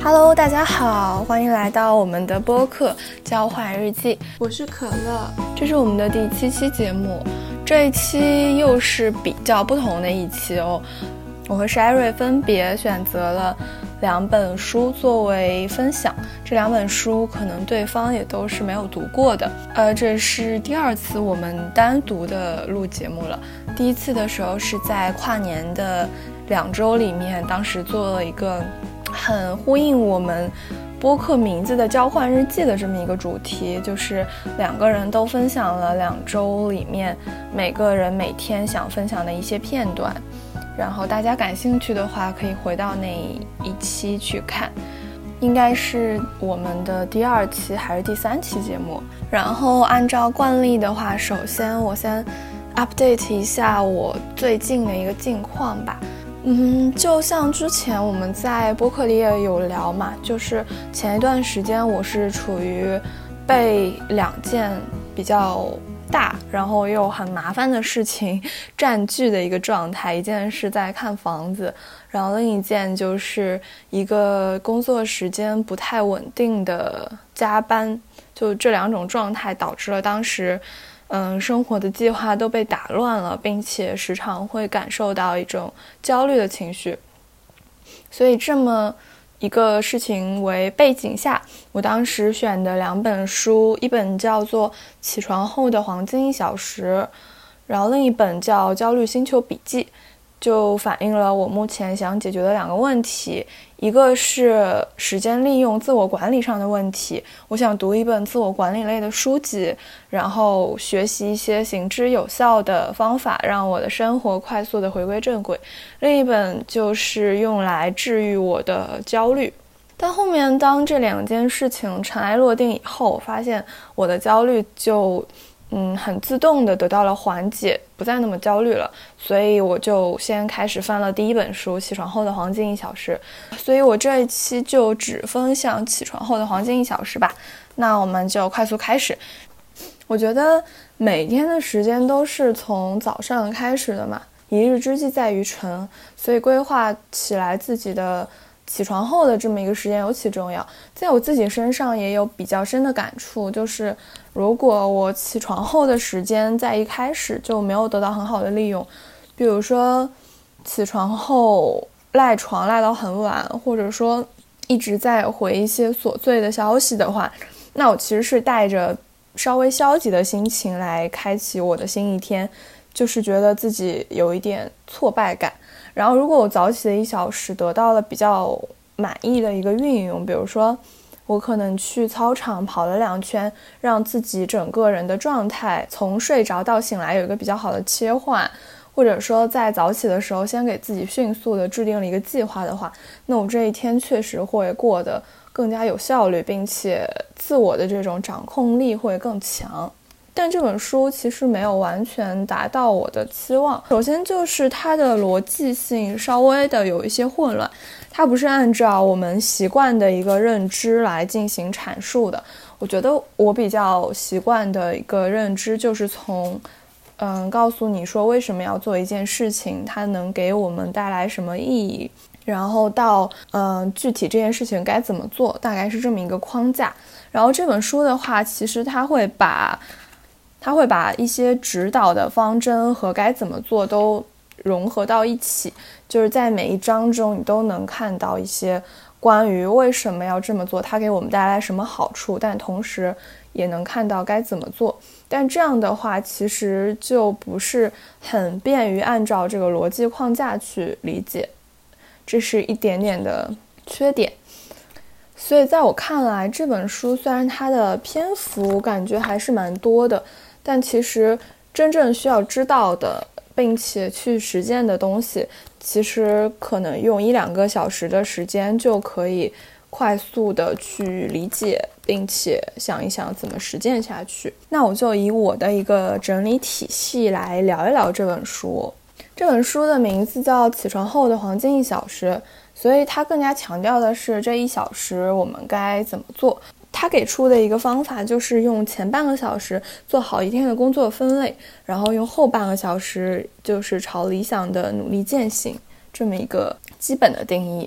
Hello， 大家好，欢迎来到我们的播客交换日记， 我是可乐， 这是我们的第7期节目，这一期又是比较不同的一期哦。我和 Sherry 分别选择了2本书作为分享，这2本书可能对方也都是没有读过的。这是第2次我们单独的录节目了。第1次的时候是在跨年的2周里面，当时做了一个很呼应我们播客名字的交换日记的这么一个主题，就是2个人都分享了2周里面每个人每天想分享的一些片段，然后大家感兴趣的话可以回到那一期去看，应该是我们的第2期还是第3期节目。然后按照惯例的话，首先我先 update 一下我最近的一个近况吧。就像之前我们在播客里也有聊嘛，就是前一段时间我是处于被2件比较大然后又很麻烦的事情占据的一个状态，一件是在看房子，然后另一件就是一个工作时间不太稳定的加班，就这2种状态导致了当时生活的计划都被打乱了，并且时常会感受到一种焦虑的情绪。所以这么一个事情为背景下，我当时选的2本书，一本叫做《起床后的黄金1小时》，然后另一本叫《焦虑星球笔记》，就反映了我目前想解决的2个问题，一个是时间利用自我管理上的问题，我想读一本自我管理类的书籍，然后学习一些行之有效的方法，让我的生活快速的回归正轨。另一本就是用来治愈我的焦虑。但后面当这2件事情尘埃落定以后，我发现我的焦虑就很自动的得到了缓解，不再那么焦虑了，所以我就先开始翻了第1本书《起床后的黄金1小时》，所以我这一期就只分享起床后的黄金1小时吧。那我们就快速开始。我觉得每天的时间都是从早上开始的嘛，一日之计在于晨，所以规划起来自己的起床后的这么一个时间尤其重要。在我自己身上也有比较深的感触，就是如果我起床后的时间在一开始就没有得到很好的利用，比如说起床后赖床赖到很晚，或者说一直在回一些琐碎的消息的话，那我其实是带着稍微消极的心情来开启我的新一天，就是觉得自己有一点挫败感。然后如果我早起的1小时得到了比较满意的一个运用，比如说我可能去操场跑了2圈，让自己整个人的状态从睡着到醒来有一个比较好的切换，或者说在早起的时候先给自己迅速的制定了一个计划的话，那我这一天确实会过得更加有效率，并且自我的这种掌控力会更强。但这本书其实没有完全达到我的期望。首先就是它的逻辑性稍微的有一些混乱，它不是按照我们习惯的一个认知来进行阐述的。我觉得我比较习惯的一个认知就是从告诉你说为什么要做一件事情，它能给我们带来什么意义，然后到具体这件事情该怎么做，大概是这么一个框架。然后这本书的话，其实它会把一些指导的方针和该怎么做都融合到一起，就是在每一章中你都能看到一些关于为什么要这么做，它给我们带来什么好处，但同时也能看到该怎么做。但这样的话其实就不是很便于按照这个逻辑框架去理解，这是一点点的缺点。所以在我看来，这本书虽然它的篇幅感觉还是蛮多的，但其实真正需要知道的并且去实践的东西，其实可能用1-2个小时的时间就可以快速的去理解，并且想一想怎么实践下去。那我就以我的一个整理体系来聊一聊这本书。这本书的名字叫《起床后的黄金1小时》，所以它更加强调的是这1小时我们该怎么做。他给出的一个方法就是用前半个小时做好一天的工作分类，然后用后半个小时就是朝理想的努力践行，这么一个基本的定义。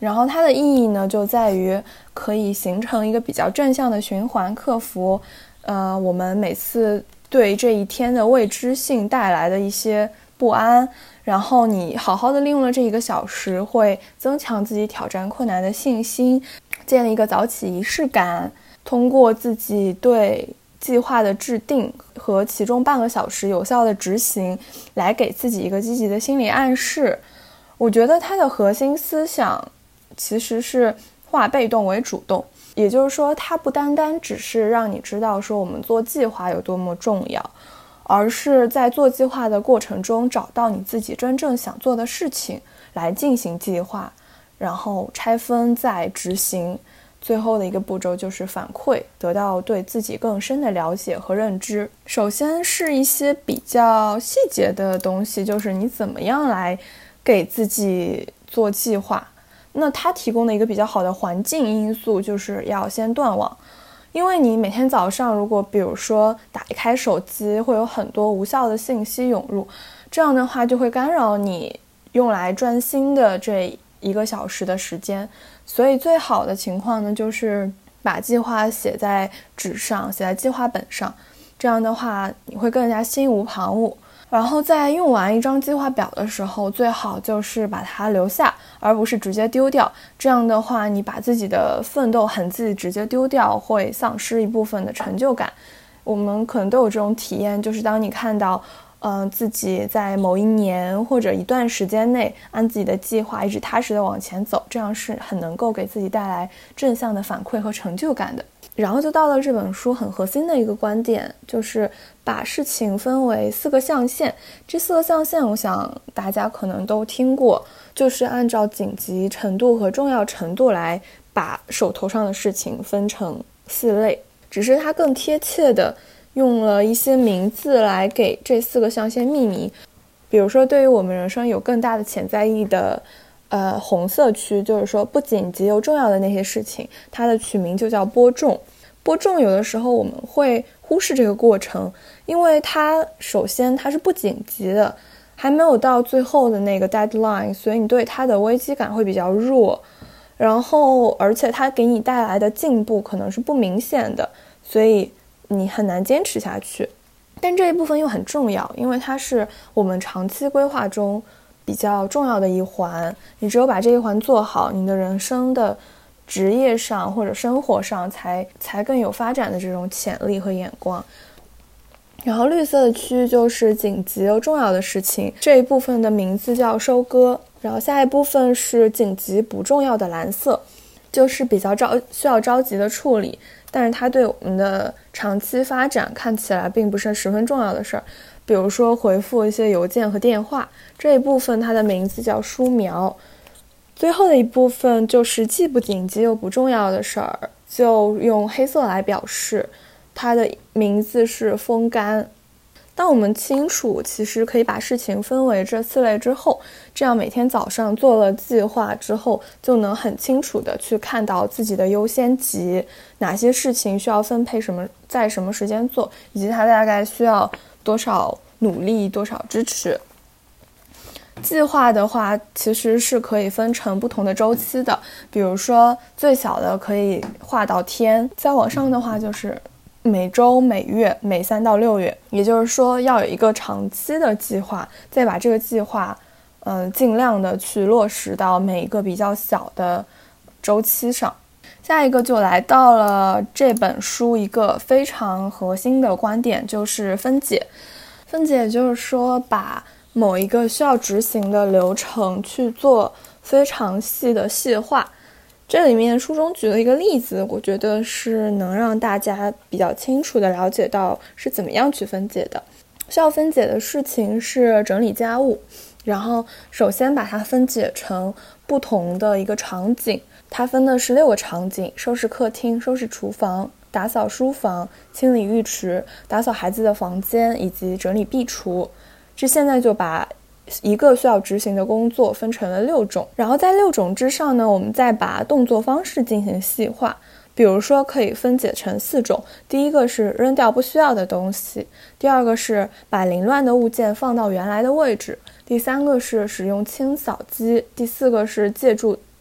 然后它的意义呢，就在于可以形成一个比较正向的循环，克服我们每次对这一天的未知性带来的一些不安，然后你好好的利用了这1个小时，会增强自己挑战困难的信心，建立一个早起仪式感，通过自己对计划的制定和其中半个小时有效的执行，来给自己一个积极的心理暗示。我觉得它的核心思想其实是化被动为主动，也就是说它不单单只是让你知道说我们做计划有多么重要，而是在做计划的过程中找到你自己真正想做的事情来进行计划，然后拆分再执行，最后的一个步骤就是反馈，得到对自己更深的了解和认知。首先是一些比较细节的东西，就是你怎么样来给自己做计划。那它提供的一个比较好的环境因素就是要先断网，因为你每天早上如果比如说打开手机，会有很多无效的信息涌入，这样的话就会干扰你用来专心的这1个小时的时间。所以最好的情况呢，就是把计划写在纸上，写在计划本上，这样的话你会更加心无旁骛。然后在用完一张计划表的时候，最好就是把它留下，而不是直接丢掉。这样的话，你把自己的奋斗痕迹直接丢掉，会丧失一部分的成就感。我们可能都有这种体验，就是当你看到自己在某一年或者一段时间内按自己的计划一直踏实的往前走，这样是很能够给自己带来正向的反馈和成就感的。然后就到了这本书很核心的一个观点，就是把事情分为4个象限。这4个象限我想大家可能都听过，就是按照紧急程度和重要程度来把手头上的事情分成4类，只是它更贴切的用了一些名字来给这4个象限命名。比如说对于我们人生有更大的潜在意义的红色区，就是说不紧急又重要的那些事情，它的取名就叫播种。播种有的时候我们会忽视这个过程，因为它首先它是不紧急的，还没有到最后的那个 deadline， 所以你对它的危机感会比较弱，然后而且它给你带来的进步可能是不明显的，所以你很难坚持下去。但这一部分又很重要，因为它是我们长期规划中比较重要的一环，你只有把这一环做好，你的人生的职业上或者生活上才更有发展的这种潜力和眼光。然后绿色的区就是紧急又重要的事情，这一部分的名字叫收割。然后下一部分是紧急不重要的蓝色，就是比较需要着急的处理，但是它对我们的长期发展看起来并不是十分重要的事儿，比如说回复一些邮件和电话，这一部分它的名字叫疏苗。最后的一部分就是既不紧急又不重要的事儿，就用黑色来表示，它的名字是风干。当我们清楚其实可以把事情分为这4类之后，这样每天早上做了计划之后，就能很清楚的去看到自己的优先级，哪些事情需要分配在什么时间做，以及它大概需要多少努力多少支持。计划的话其实是可以分成不同的周期的，比如说最小的可以划到天，再往上的话就是每周每月每3到6月，也就是说要有一个长期的计划，再把这个计划尽量的去落实到每一个比较小的周期上。下一个就来到了这本书一个非常核心的观点，就是分解。分解就是说把某一个需要执行的流程去做非常细的细化。这里面书中举了一个例子，我觉得是能让大家比较清楚的了解到是怎么样去分解的。需要分解的事情是整理家务，然后首先把它分解成不同的一个场景，它分的是6个场景：收拾客厅、收拾厨房、打扫书房、清理浴池、打扫孩子的房间以及整理壁橱。这现在就把一个需要执行的工作分成了6种，然后在6种之上呢，我们再把动作方式进行细化。比如说可以分解成4种，第一个是扔掉不需要的东西，第二个是把凌乱的物件放到原来的位置，第3个是使用清扫机，第4个是借助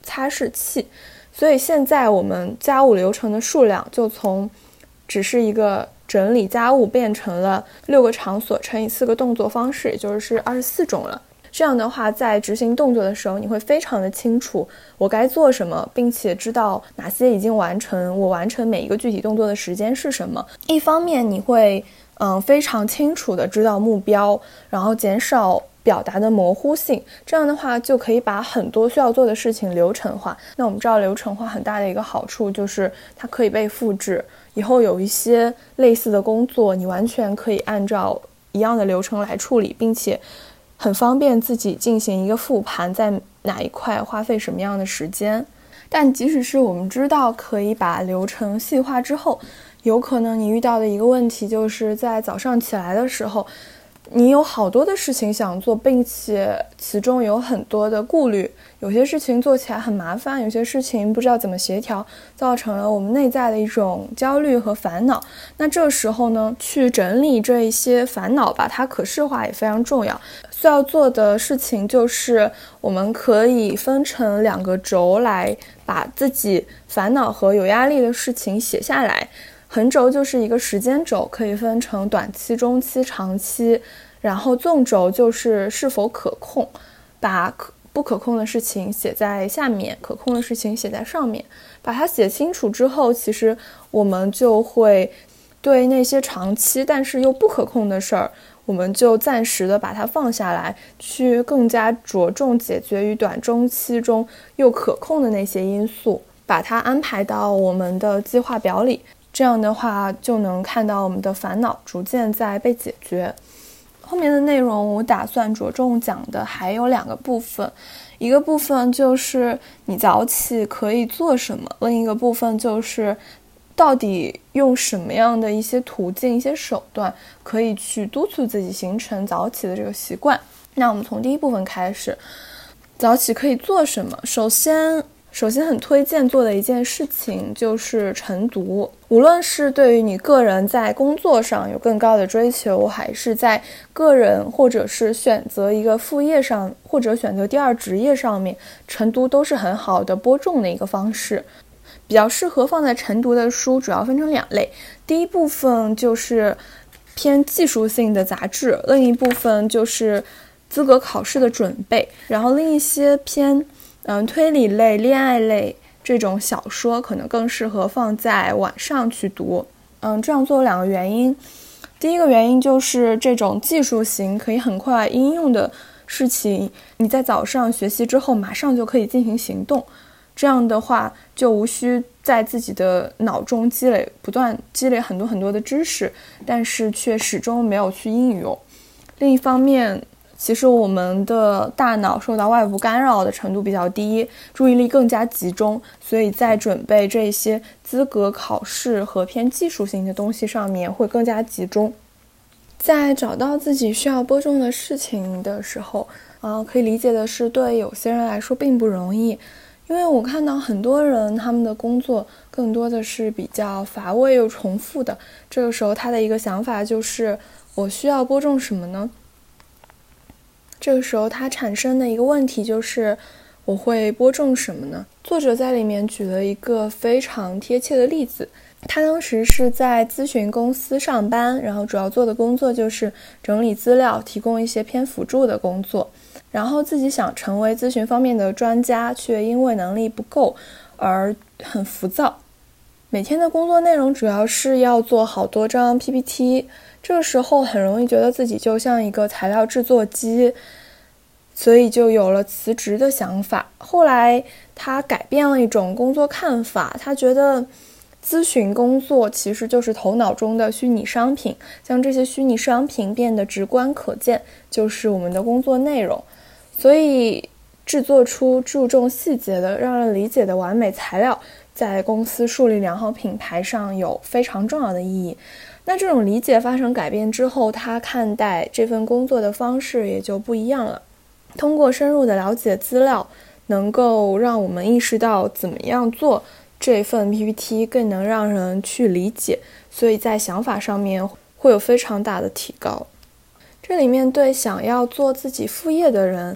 擦拭器。所以现在我们家务流程的数量就从只是一个整理家务变成了6个场所乘以4个动作方式，也就是24种了。这样的话，在执行动作的时候，你会非常的清楚我该做什么，并且知道哪些已经完成，我完成每一个具体动作的时间是什么。一方面你会非常清楚的知道目标，然后减少表达的模糊性，这样的话就可以把很多需要做的事情流程化。那我们知道流程化很大的一个好处就是它可以被复制，以后有一些类似的工作你完全可以按照一样的流程来处理，并且很方便自己进行一个复盘，在哪一块花费什么样的时间。但即使是我们知道可以把流程细化之后，有可能你遇到的一个问题就是在早上起来的时候，你有好多的事情想做，并且其中有很多的顾虑，有些事情做起来很麻烦，有些事情不知道怎么协调，造成了我们内在的一种焦虑和烦恼。那这时候呢，去整理这一些烦恼，把它可视化也非常重要。需要做的事情就是我们可以分成2个轴来把自己烦恼和有压力的事情写下来。横轴就是一个时间轴，可以分成短期、中期、长期，然后纵轴就是是否可控，把不可控的事情写在下面，可控的事情写在上面。把它写清楚之后，其实我们就会对那些长期但是又不可控的事儿，我们就暂时的把它放下来，去更加着重解决于短中期中又可控的那些因素，把它安排到我们的计划表里。这样的话就能看到我们的烦恼逐渐在被解决。后面的内容我打算着重讲的还有2个部分，一个部分就是你早起可以做什么，另一个部分就是到底用什么样的一些途径、一些手段可以去督促自己形成早起的这个习惯。那我们从第一部分开始，早起可以做什么？首先很推荐做的一件事情就是晨读。无论是对于你个人在工作上有更高的追求，还是在个人或者是选择一个副业上，或者选择第2职业上面，晨读都是很好的播种的一个方式。比较适合放在晨读的书主要分成2类，第一部分就是偏技术性的杂志，另一部分就是资格考试的准备，然后另一些偏推理类、恋爱类这种小说可能更适合放在晚上去读。这样做有2个原因。第一个原因就是这种技术型可以很快应用的事情，你在早上学习之后马上就可以进行行动，这样的话就无需在自己的脑中不断积累很多很多的知识，但是却始终没有去应用。另一方面，其实我们的大脑受到外部干扰的程度比较低，注意力更加集中，所以在准备这些资格考试和偏技术性的东西上面会更加集中。在找到自己需要播种的事情的时候，可以理解的是对有些人来说并不容易，因为我看到很多人他们的工作更多的是比较乏味又重复的，这个时候他的一个想法就是我需要播种什么呢？这个时候它产生的一个问题就是我会播种什么呢？作者在里面举了一个非常贴切的例子，他当时是在咨询公司上班，然后主要做的工作就是整理资料，提供一些偏辅助的工作，然后自己想成为咨询方面的专家，却因为能力不够而很浮躁。每天的工作内容主要是要做好多张 PPT， 这个时候很容易觉得自己就像一个材料制作机，所以就有了辞职的想法。后来他改变了一种工作看法，他觉得咨询工作其实就是头脑中的虚拟商品，将这些虚拟商品变得直观可见，就是我们的工作内容。所以制作出注重细节的、让人理解的完美材料，在公司树立良好品牌上有非常重要的意义。那这种理解发生改变之后，他看待这份工作的方式也就不一样了。通过深入的了解资料，能够让我们意识到怎么样做这份 PPT 更能让人去理解，所以在想法上面会有非常大的提高。这里面对想要做自己副业的人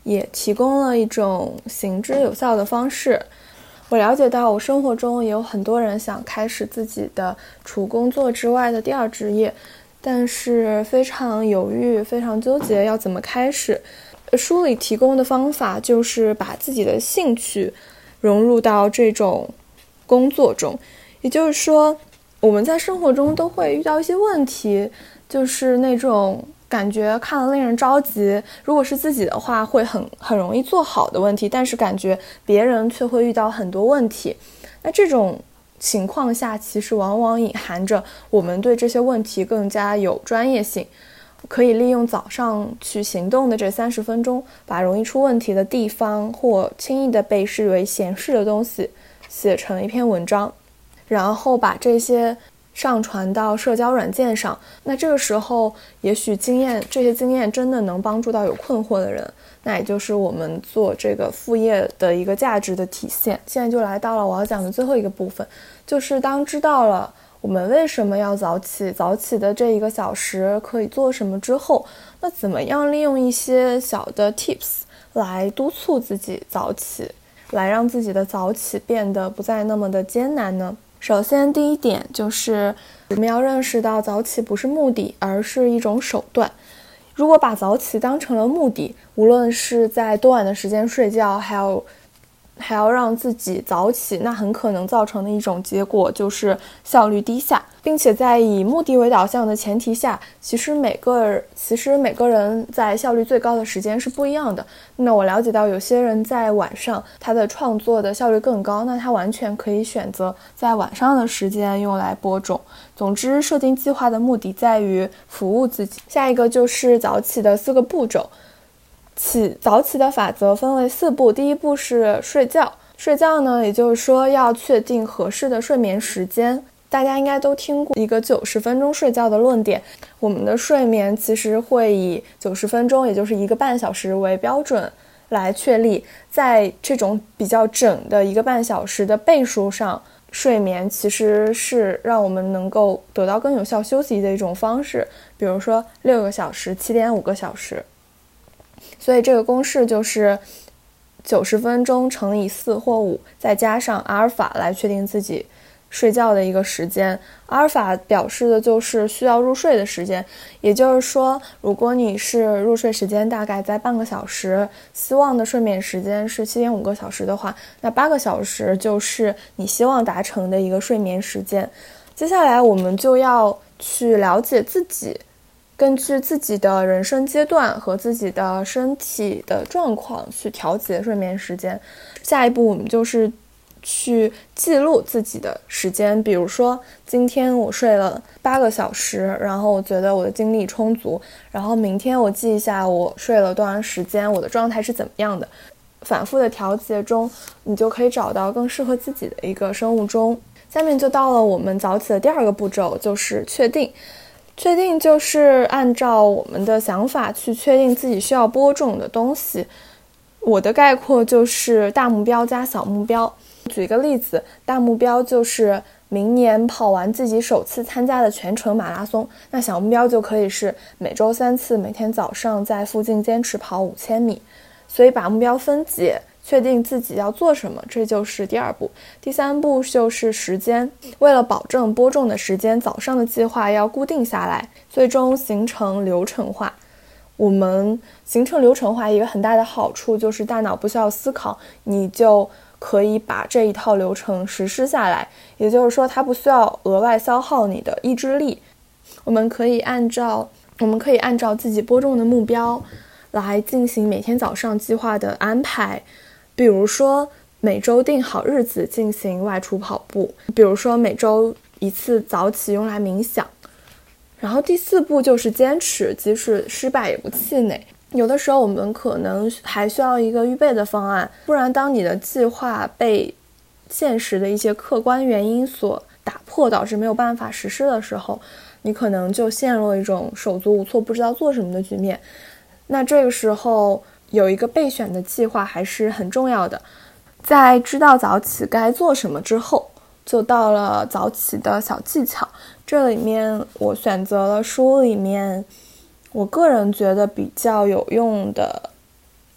也提供了一种行之有效的方式。我了解到我生活中也有很多人想开始自己的除工作之外的第二职业，但是非常犹豫，非常纠结要怎么开始。书里提供的方法就是把自己的兴趣融入到这种工作中，也就是说我们在生活中都会遇到一些问题，就是那种感觉看了令人着急，如果是自己的话会很容易做好的问题，但是感觉别人却会遇到很多问题。那这种情况下其实往往隐含着我们对这些问题更加有专业性，可以利用早上去行动的这30分钟，把容易出问题的地方或轻易的被视为闲事的东西写成一篇文章，然后把这些上传到社交软件上。那这个时候也许这些经验真的能帮助到有困惑的人，那也就是我们做这个副业的一个价值的体现。现在就来到了我要讲的最后一个部分，就是当知道了我们为什么要早起的这1个小时可以做什么之后，那怎么样利用一些小的 tips 来督促自己早起，来让自己的早起变得不再那么的艰难呢？首先第一点就是我们要认识到早起不是目的，而是一种手段。如果把早起当成了目的，无论是在多晚的时间睡觉，还要让自己早起，那很可能造成的一种结果就是效率低下，并且在以目的为导向的前提下，其实每个人在效率最高的时间是不一样的。那我了解到有些人在晚上他的创作的效率更高，那他完全可以选择在晚上的时间用来播种。总之，设定计划的目的在于服务自己。下一个就是早起的4个步骤。早起的法则分为4步，第一步是睡觉。睡觉呢，也就是说要确定合适的睡眠时间。大家应该都听过一个90分钟睡觉的论点，我们的睡眠其实会以90分钟，也就是1个半小时为标准来确立。在这种比较整的1个半小时的倍数上，睡眠其实是让我们能够得到更有效休息的一种方式，比如说6个小时、7.5个小时。所以这个公式就是90分钟乘以4或5，再加上阿尔法来确定自己睡觉的一个时间。阿尔法表示的就是需要入睡的时间，也就是说如果你是入睡时间大概在半个小时，希望的睡眠时间是7.5个小时的话，那8个小时就是你希望达成的一个睡眠时间。接下来我们就要去了解自己，根据自己的人生阶段和自己的身体的状况去调节睡眠时间。下一步我们就是去记录自己的时间，比如说今天我睡了8个小时，然后我觉得我的精力充足，然后明天我记一下我睡了多长时间，我的状态是怎么样的。反复的调节中，你就可以找到更适合自己的一个生物钟。下面就到了我们早起的第2个步骤，就是确定。确定就是按照我们的想法去确定自己需要播种的东西。我的概括就是大目标加小目标。举一个例子，大目标就是明年跑完自己首次参加的全程马拉松，那小目标就可以是每周3次，每天早上在附近坚持跑5000米。所以把目标分解，确定自己要做什么，这就是第2步。第3步就是时间，为了保证播种的时间，早上的计划要固定下来，最终形成流程化。我们形成流程化一个很大的好处就是大脑不需要思考，你就可以把这一套流程实施下来，也就是说它不需要额外消耗你的意志力。我们可以按照自己播种的目标来进行每天早上计划的安排，比如说每周定好日子进行外出跑步，比如说每周1次早起用来冥想。然后第4步就是坚持，即使失败也不气馁。有的时候我们可能还需要一个预备的方案，不然当你的计划被现实的一些客观原因所打破，导致没有办法实施的时候，你可能就陷入了一种手足无措不知道做什么的局面。那这个时候有一个备选的计划还是很重要的。在知道早起该做什么之后，就到了早起的小技巧。这里面我选择了书里面我个人觉得比较有用的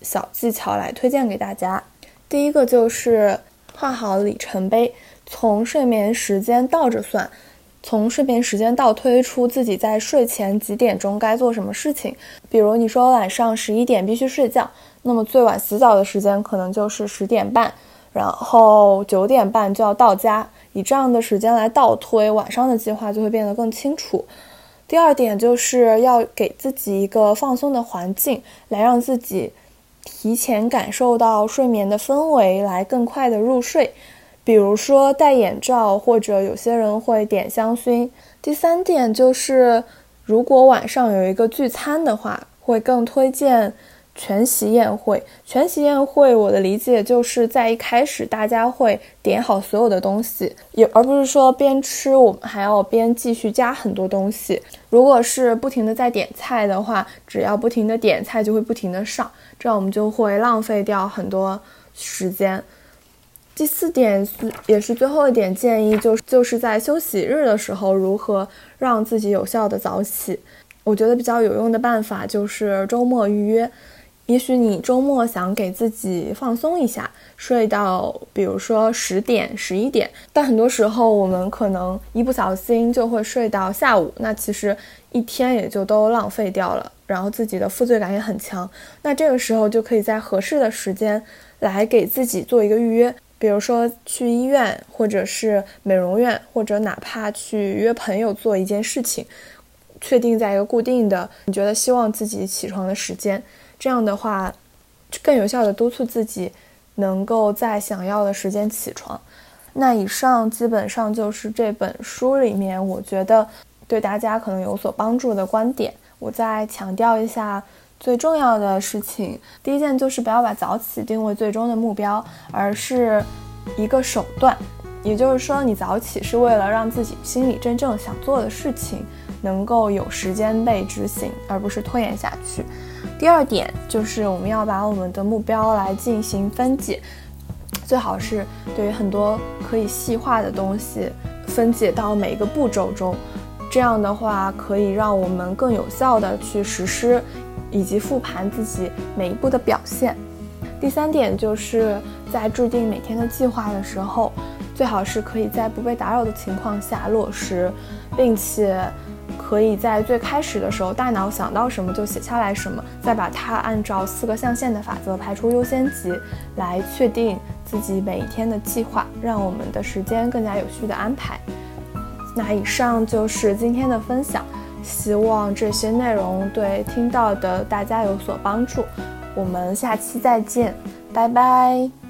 小技巧来推荐给大家。第一个就是画好里程碑，从睡眠时间倒着算，从睡眠时间倒推出自己在睡前几点钟该做什么事情。比如你说晚上11点必须睡觉，那么最晚洗澡的时间可能就是10点半，然后9点半就要到家，以这样的时间来倒推，晚上的计划就会变得更清楚。第二点就是要给自己一个放松的环境，来让自己提前感受到睡眠的氛围，来更快的入睡。比如说戴眼罩，或者有些人会点香薰。第三点就是如果晚上有一个聚餐的话，会更推荐全席宴会。全席宴会我的理解就是在一开始大家会点好所有的东西，而不是说边吃我们还要边继续加很多东西。如果是不停的在点菜的话，只要不停的点菜就会不停的上，这样我们就会浪费掉很多时间。第四点也是最后一点建议，就是在休息日的时候如何让自己有效的早起。我觉得比较有用的办法就是周末预约。也许你周末想给自己放松一下，睡到比如说10点11点，但很多时候我们可能一不小心就会睡到下午，那其实一天也就都浪费掉了，然后自己的负罪感也很强。那这个时候就可以在合适的时间来给自己做一个预约，比如说去医院，或者是美容院，或者哪怕去约朋友做一件事情，确定在一个固定的你觉得希望自己起床的时间，这样的话更有效的督促自己能够在想要的时间起床。那以上基本上就是这本书里面我觉得对大家可能有所帮助的观点。我再强调一下最重要的事情，第一件就是不要把早起定为最终的目标，而是一个手段。也就是说，你早起是为了让自己心里真正想做的事情能够有时间被执行，而不是拖延下去。第二点就是我们要把我们的目标来进行分解，最好是对于很多可以细化的东西分解到每一个步骤中，这样的话可以让我们更有效的去实施以及复盘自己每一步的表现。第三点就是在制定每天的计划的时候，最好是可以在不被打扰的情况下落实，并且可以在最开始的时候大脑想到什么就写下来什么，再把它按照4个象限的法则排出优先级，来确定自己每一天的计划，让我们的时间更加有序的安排。那以上就是今天的分享，希望这些内容对听到的大家有所帮助。我们下期再见，拜拜。